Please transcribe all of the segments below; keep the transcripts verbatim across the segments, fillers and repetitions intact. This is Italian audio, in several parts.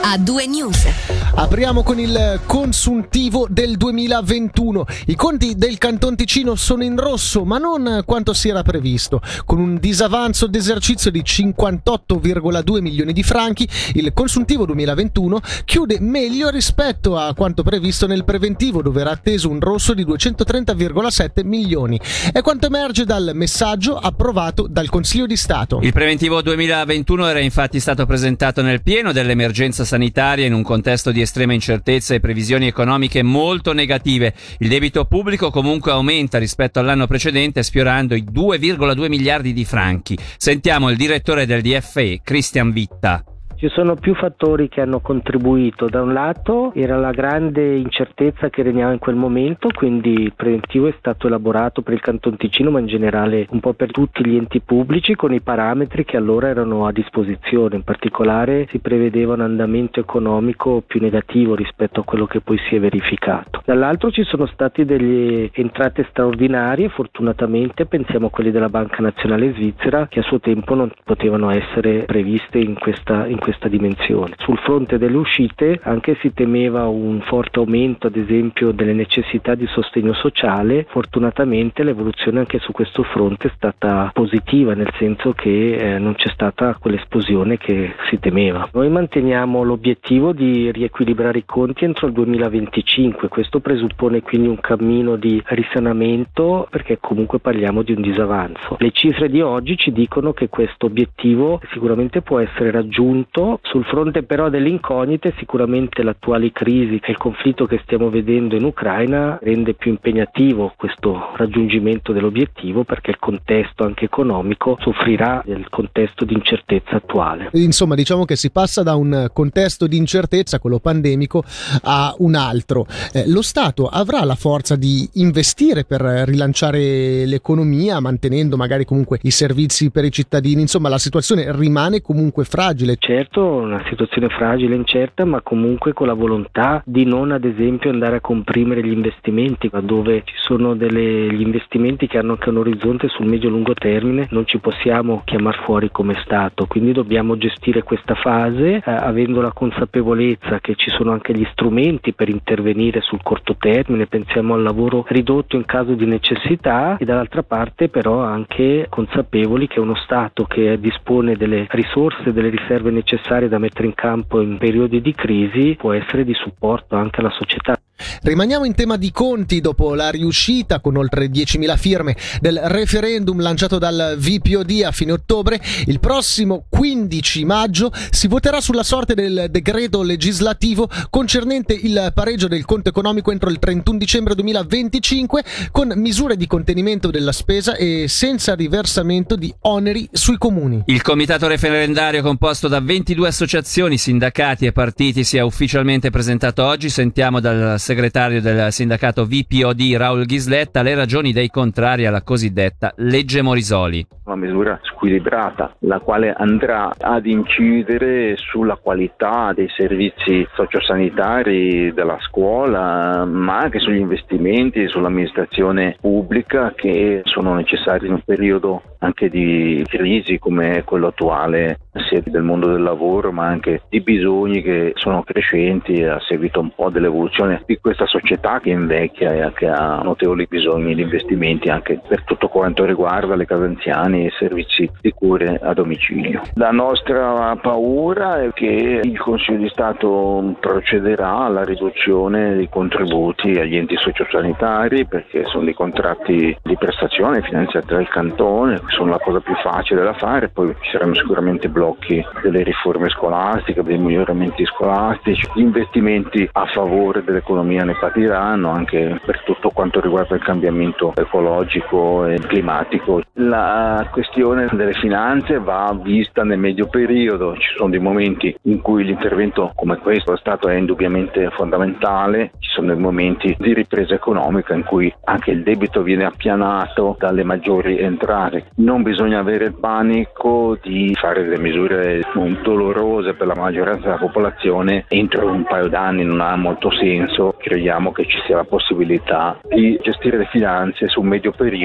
A due News. Apriamo con il consuntivo del duemilaventuno. I conti del Canton Ticino sono in rosso, ma non quanto si era previsto. Con un disavanzo d'esercizio di cinquantotto virgola due milioni di franchi, il consuntivo duemilaventuno chiude meglio rispetto a quanto previsto nel preventivo, dove era atteso un rosso di duecentotrenta virgola sette milioni. È quanto emerge dal messaggio approvato dal Consiglio di Stato. Il preventivo duemilaventuno era infatti stato presentato nel pieno dell'emergenza sanitaria in un contesto di estrema incertezza e previsioni economiche molto negative. Il debito pubblico comunque aumenta rispetto all'anno precedente, sfiorando i due virgola due miliardi di franchi. Sentiamo il direttore del D F E, Christian Vitta. Ci sono più fattori che hanno contribuito. Da un lato era la grande incertezza che regnava in quel momento, quindi il preventivo è stato elaborato per il Canton Ticino, ma in generale un po' per tutti gli enti pubblici, con i parametri che allora erano a disposizione. In particolare si prevedeva un andamento economico più negativo rispetto a quello che poi si è verificato. Dall'altro ci sono state delle entrate straordinarie, fortunatamente pensiamo a quelli della Banca Nazionale Svizzera, che a suo tempo non potevano essere previste in questa in questa dimensione. Sul fronte delle uscite anche si temeva un forte aumento, ad esempio, delle necessità di sostegno sociale. Fortunatamente l'evoluzione anche su questo fronte è stata positiva, nel senso che eh, non c'è stata quell'esplosione che si temeva. Noi manteniamo l'obiettivo di riequilibrare i conti entro il duemilaventicinque. Questo presuppone quindi un cammino di risanamento, perché comunque parliamo di un disavanzo. Le cifre di oggi ci dicono che questo obiettivo sicuramente può essere raggiunto. Sul fronte però delle incognite, sicuramente l'attuale crisi e il conflitto che stiamo vedendo in Ucraina rende più impegnativo questo raggiungimento dell'obiettivo, perché il contesto anche economico soffrirà del contesto di incertezza attuale. Insomma, diciamo che si passa da un contesto di incertezza, quello pandemico, a un altro. Eh, lo Stato avrà la forza di investire per rilanciare l'economia, mantenendo magari comunque i servizi per i cittadini. Insomma, la situazione rimane comunque fragile. Certo, una situazione fragile e incerta, ma comunque con la volontà di non, ad esempio, andare a comprimere gli investimenti, dove ci sono delle, gli investimenti che hanno anche un orizzonte sul medio-lungo termine. Non ci possiamo chiamar fuori come Stato, quindi dobbiamo gestire questa fase eh, avendo la consapevolezza che ci sono anche gli strumenti per intervenire sul corto termine. Pensiamo al lavoro ridotto in caso di necessità, e dall'altra parte però anche consapevoli che uno Stato che dispone delle risorse, delle riserve necessarie da mettere in campo in periodi di crisi può essere di supporto anche alla società. Rimaniamo in tema di conti. Dopo la riuscita con oltre diecimila firme del referendum lanciato dal V P O D a fine ottobre, il prossimo quindici maggio si voterà sulla sorte del decreto legislativo concernente il pareggio del conto economico entro il trentuno dicembre duemilaventicinque, con misure di contenimento della spesa e senza riversamento di oneri sui comuni. Il comitato referendario, composto da ventidue associazioni, sindacati e partiti, si è ufficialmente presentato oggi. Sentiamo dal segretario del sindacato V P O D Raul Ghisletta le ragioni dei contrari alla cosiddetta legge Morisoli. Una misura squilibrata, la quale andrà ad incidere sulla qualità dei servizi sociosanitari della scuola, ma anche sugli investimenti e sull'amministrazione pubblica, che sono necessari in un periodo anche di crisi come quello attuale, sia del mondo del lavoro ma anche di bisogni che sono crescenti a seguito un po' dell'evoluzione di questa società che invecchia e che ha notevoli bisogni di investimenti anche per tutto quanto riguarda le case anziane e i servizi di cure a domicilio. La nostra paura è che il Consiglio di Stato procederà alla riduzione dei contributi agli enti sociosanitari, perché sono dei contratti di prestazione finanziati dal Cantone, sono la cosa più facile da fare. Poi ci saranno sicuramente blocchi delle riforme scolastiche, dei miglioramenti scolastici, gli investimenti a favore dell'economia ne patiranno anche per tutto quanto riguarda il cambiamento ecologico e climatico. La questione delle finanze va vista nel medio periodo. Ci sono dei momenti in cui l'intervento come questo è stato è indubbiamente fondamentale, ci sono dei momenti di ripresa economica in cui anche il debito viene appianato dalle maggiori entrate. Non bisogna avere il panico di fare delle misure dolorose per la maggioranza della popolazione entro un paio d'anni, non ha molto senso. Crediamo che ci sia la possibilità di gestire le finanze su un medio periodo.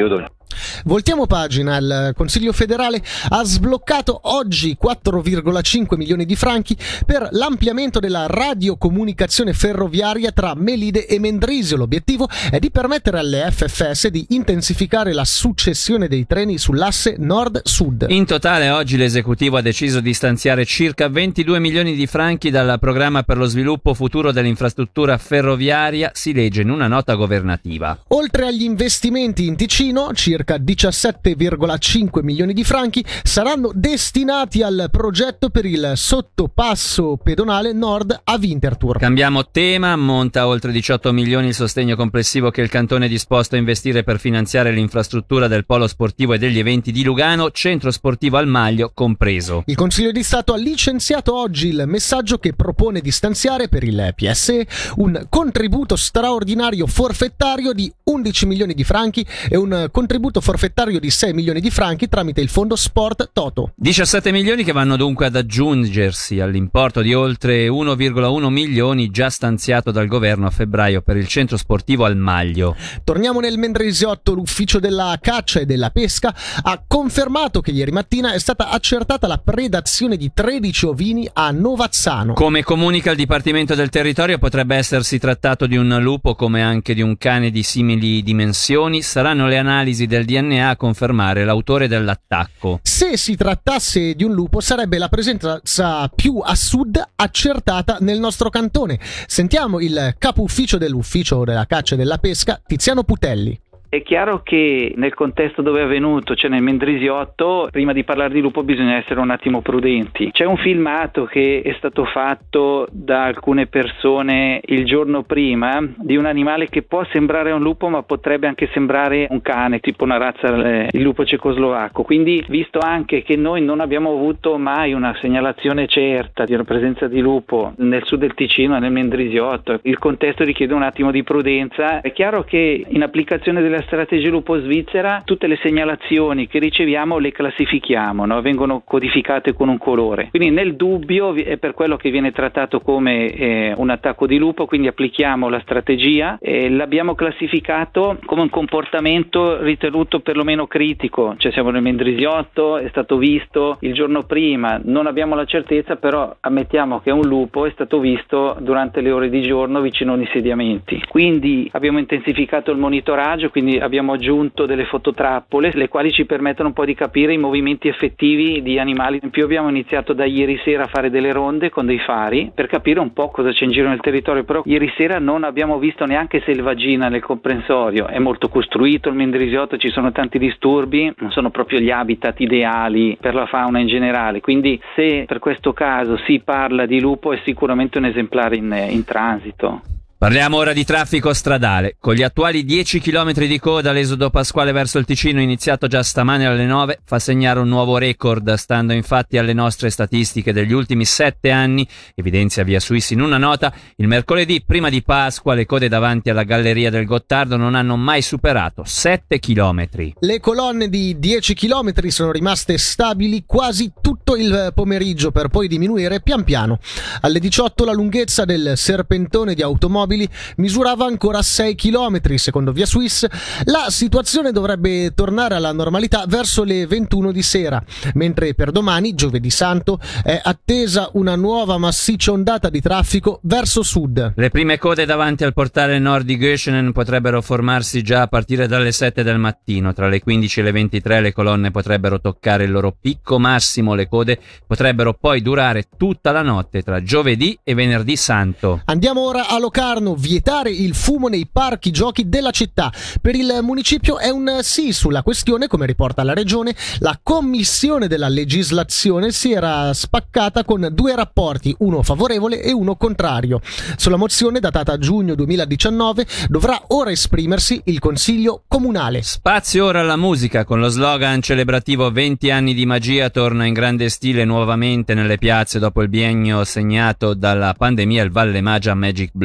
Voltiamo pagina. Il Consiglio federale ha sbloccato oggi quattro virgola cinque milioni di franchi per l'ampliamento della radiocomunicazione ferroviaria tra Melide e Mendrisio. L'obiettivo è di permettere alle F F S di intensificare la successione dei treni sull'asse nord-sud. In totale oggi l'esecutivo ha deciso di stanziare circa ventidue milioni di franchi dal programma per lo sviluppo futuro dell'infrastruttura ferroviaria, si legge in una nota governativa. Oltre agli investimenti in Ticino, circa diciassette virgola cinque milioni di franchi saranno destinati al progetto per il sottopasso pedonale nord a Winterthur. Cambiamo tema, ammonta a oltre diciotto milioni il sostegno complessivo che il cantone è disposto a investire per finanziare l'infrastruttura del polo sportivo e degli eventi di Lugano, centro sportivo al Maglio compreso. Il Consiglio di Stato ha licenziato oggi il messaggio che propone di stanziare per il P S E un contributo straordinario forfettario di undici milioni di franchi e un contributo forfettario di sei milioni di franchi tramite il fondo Sport Toto. diciassette milioni che vanno dunque ad aggiungersi all'importo di oltre uno virgola uno milioni già stanziato dal governo a febbraio per il centro sportivo al Maglio. Torniamo nel Mendrisiotto. L'ufficio della caccia e della pesca ha confermato che ieri mattina è stata accertata la predazione di tredici ovini a Novazzano. Come comunica il Dipartimento del Territorio, potrebbe essersi trattato di un lupo come anche di un cane di simili dimensioni. Saranno le analisi del D N A a confermare l'autore dell'attacco. Se si trattasse di un lupo sarebbe la presenza più a sud accertata nel nostro cantone. Sentiamo il capo ufficio dell'ufficio della caccia e della pesca, Tiziano Putelli. È chiaro che nel contesto dove è avvenuto, cioè nel Mendrisiotto, prima di parlare di lupo bisogna essere un attimo prudenti. C'è un filmato che è stato fatto da alcune persone il giorno prima di un animale che può sembrare un lupo ma potrebbe anche sembrare un cane, tipo una razza, il lupo cecoslovacco. Quindi, visto anche che noi non abbiamo avuto mai una segnalazione certa di una presenza di lupo nel sud del Ticino e nel Mendrisiotto, il contesto richiede un attimo di prudenza. È chiaro che in applicazione della strategia lupo svizzera tutte le segnalazioni che riceviamo le classifichiamo, no? Vengono codificate con un colore, quindi nel dubbio è per quello che viene trattato come eh, un attacco di lupo, quindi applichiamo la strategia e l'abbiamo classificato come un comportamento ritenuto perlomeno critico, cioè siamo nel Mendrisiotto, è stato visto il giorno prima, non abbiamo la certezza, però ammettiamo che è un lupo, è stato visto durante le ore di giorno vicino agli insediamenti, quindi abbiamo intensificato il monitoraggio, quindi abbiamo aggiunto delle fototrappole le quali ci permettono un po' di capire i movimenti effettivi di animali. In più abbiamo iniziato da ieri sera a fare delle ronde con dei fari per capire un po' cosa c'è in giro nel territorio, però ieri sera non abbiamo visto neanche selvaggina nel comprensorio, è molto costruito il Mendrisiotto, ci sono tanti disturbi, non sono proprio gli habitat ideali per la fauna in generale, quindi se per questo caso si parla di lupo è sicuramente un esemplare in, in transito. Parliamo ora di traffico stradale. Con gli attuali dieci chilometri di coda, l'esodo pasquale verso il Ticino, iniziato già stamane alle nove, fa segnare un nuovo record, stando infatti alle nostre statistiche degli ultimi sette anni, evidenzia Via Suis in una nota. Il mercoledì, prima di Pasqua, le code davanti alla Galleria del Gottardo non hanno mai superato sette chilometri. Le colonne di dieci chilometri sono rimaste stabili quasi tutto il pomeriggio, per poi diminuire pian piano. Alle diciotto la lunghezza del serpentone di automobili misurava ancora sei chilometri. Secondo Via Suis la situazione dovrebbe tornare alla normalità verso le ventuno di sera, mentre per domani, giovedì santo, è attesa una nuova massiccia ondata di traffico verso sud. Le prime code davanti al portale nord di Göschenen potrebbero formarsi già a partire dalle sette del mattino. Tra le quindici e le ventitré le colonne potrebbero toccare il loro picco massimo. Le code potrebbero poi durare tutta la notte tra giovedì e venerdì santo. Andiamo ora a Locarno. Vietare il fumo nei parchi giochi della città. Per il municipio è un sì sulla questione, come riporta la regione. La commissione della legislazione si era spaccata con due rapporti, uno favorevole e uno contrario. Sulla mozione, datata giugno duemiladiciannove, dovrà ora esprimersi il Consiglio Comunale. Spazio ora alla musica. Con lo slogan celebrativo venti anni di magia torna in grande stile nuovamente nelle piazze dopo il biennio segnato dalla pandemia il Valle Magia Magic Blues.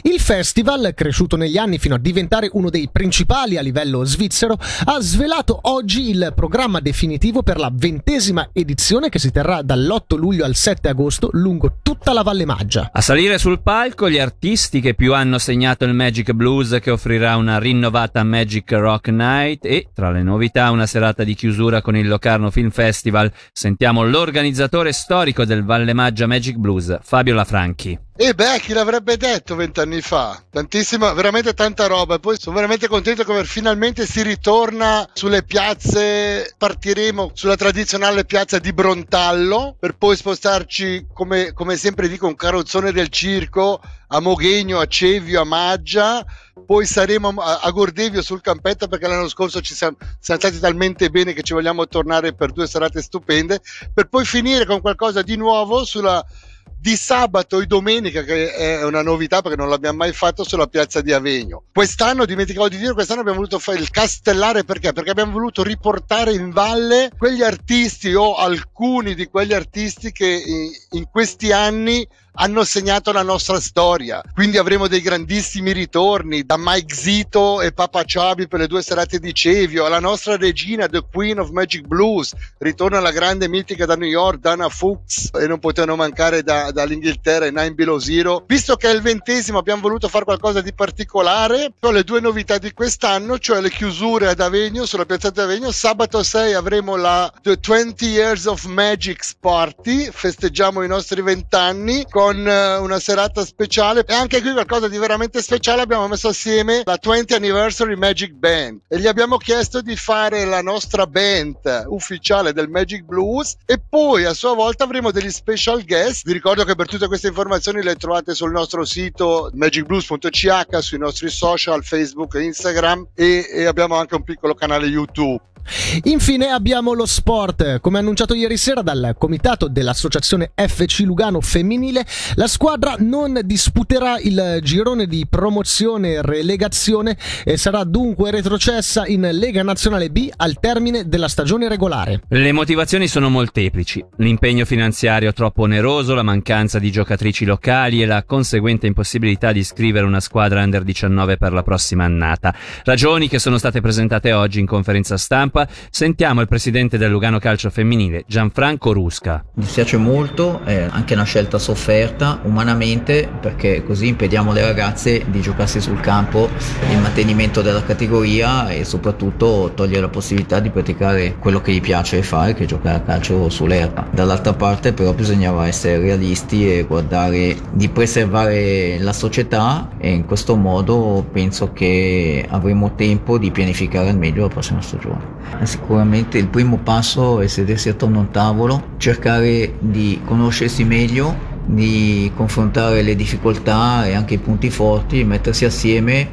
Il festival, cresciuto negli anni fino a diventare uno dei principali a livello svizzero, ha svelato oggi il programma definitivo per la ventesima edizione che si terrà dall'otto luglio al sette agosto lungo tutta la Valle Maggia. A salire sul palco gli artisti che più hanno segnato il Magic Blues, che offrirà una rinnovata Magic Rock Night, e tra le novità una serata di chiusura con il Locarno Film Festival. Sentiamo l'organizzatore storico del Valle Maggia Magic Blues, Fabio Lafranchi. E beh, chi l'avrebbe detto vent'anni fa? Tantissima, veramente tanta roba. E poi sono veramente contento che finalmente si ritorna sulle piazze. Partiremo sulla tradizionale piazza di Brontallo per poi spostarci, come, come sempre dico, un carrozzone del circo a Moghegno, a Cevio, a Maggia. Poi saremo a, a Gordevio sul campetto, perché l'anno scorso ci siamo, siamo stati talmente bene che ci vogliamo tornare per due serate stupende, per poi finire con qualcosa di nuovo sulla di sabato e domenica, che è una novità perché non l'abbiamo mai fatto, sulla piazza di Avegno. Quest'anno, dimenticavo di dire, quest'anno abbiamo voluto fare il castellare. Perché? Perché abbiamo voluto riportare in valle quegli artisti o alcuni di quegli artisti che in, in questi anni hanno segnato la nostra storia. Quindi avremo dei grandissimi ritorni, da Mike Zito e Papa Chabi per le due serate di Cevio, alla nostra regina, The Queen of Magic Blues, ritorna la grande mitica da New York, Dana Fuchs, e non potevano mancare da, dall'Inghilterra i Nine Below Zero. Visto che è il ventesimo, abbiamo voluto fare qualcosa di particolare con le due novità di quest'anno, cioè le chiusure ad Avegno, sulla piazza di Avegno. Sabato sei avremo la The twenty Years of Magic Party, festeggiamo i nostri vent'anni con una serata speciale, e anche qui qualcosa di veramente speciale. Abbiamo messo assieme la twentieth Anniversary Magic Band e gli abbiamo chiesto di fare la nostra band ufficiale del Magic Blues, e poi a sua volta avremo degli special guest. Vi ricordo che per tutte queste informazioni le trovate sul nostro sito magic blues punto c h, sui nostri social Facebook e Instagram, e, e abbiamo anche un piccolo canale YouTube. Infine abbiamo lo sport. Come annunciato ieri sera dal comitato dell'associazione F C Lugano femminile, la squadra non disputerà il girone di promozione e relegazione e sarà dunque retrocessa in Lega Nazionale B al termine della stagione regolare. Le motivazioni sono molteplici: l'impegno finanziario troppo oneroso, la mancanza di giocatrici locali e la conseguente impossibilità di iscrivere una squadra under diciannove per la prossima annata. Ragioni che sono state presentate oggi in conferenza stampa. Sentiamo il presidente del Lugano Calcio Femminile, Gianfranco Rusca. Mi dispiace molto, è anche una scelta sofferta umanamente, perché così impediamo alle ragazze di giocarsi sul campo il mantenimento della categoria e soprattutto togliere la possibilità di praticare quello che gli piace fare, che è giocare a calcio sull'erba. Dall'altra parte però bisognava essere realisti e guardare di preservare la società, e in questo modo penso che avremo tempo di pianificare al meglio la prossima stagione. Sicuramente il primo passo è sedersi attorno a un tavolo, cercare di conoscersi meglio, di confrontare le difficoltà e anche i punti forti, mettersi assieme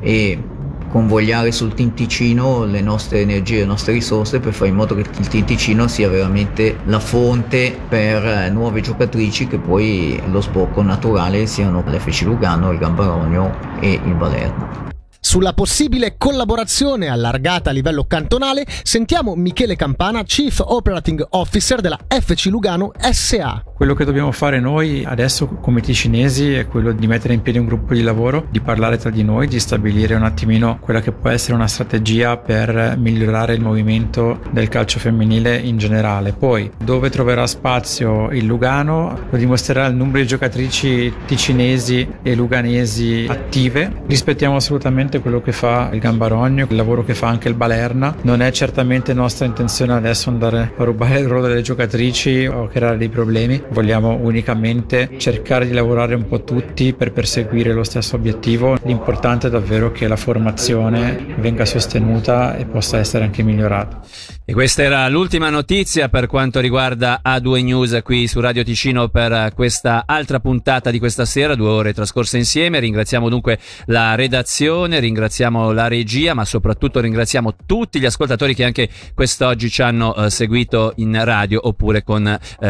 e convogliare sul Team Ticino le nostre energie, le nostre risorse, per fare in modo che il Team Ticino sia veramente la fonte per nuove giocatrici, che poi lo sbocco naturale siano l'F C Lugano, il Gambarogno e il Balerna. Sulla possibile collaborazione allargata a livello cantonale sentiamo Michele Campana, Chief Operating Officer della F C Lugano S A. Quello che dobbiamo fare noi adesso come ticinesi è quello di mettere in piedi un gruppo di lavoro, di parlare tra di noi, di stabilire un attimino quella che può essere una strategia per migliorare il movimento del calcio femminile in generale. Poi dove troverà spazio il Lugano lo dimostrerà il numero di giocatrici ticinesi e luganesi attive. Rispettiamo assolutamente quello che fa il Gambarogno, il lavoro che fa anche il Balerna. Non è certamente nostra intenzione adesso andare a rubare il ruolo delle giocatrici o creare dei problemi. Vogliamo unicamente cercare di lavorare un po' tutti per perseguire lo stesso obiettivo. L'importante è davvero che la formazione venga sostenuta e possa essere anche migliorata. E questa era l'ultima notizia per quanto riguarda A due News qui su Radio Ticino per questa altra puntata di questa sera, due ore trascorse insieme. Ringraziamo dunque la redazione, ringraziamo la regia, ma soprattutto ringraziamo tutti gli ascoltatori che anche quest'oggi ci hanno eh, seguito in radio oppure con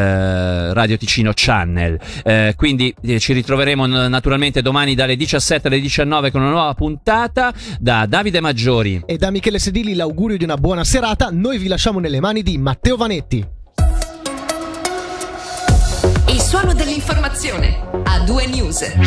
eh, Radio Ticino Channel. Eh, quindi eh, ci ritroveremo naturalmente domani dalle diciassette alle diciannove con una nuova puntata. Da Davide Maggiori e da Michele Sedili l'augurio di una buona serata. Noi vi lasciamo nelle mani di Matteo Vanetti. Il suono dell'informazione. A due News.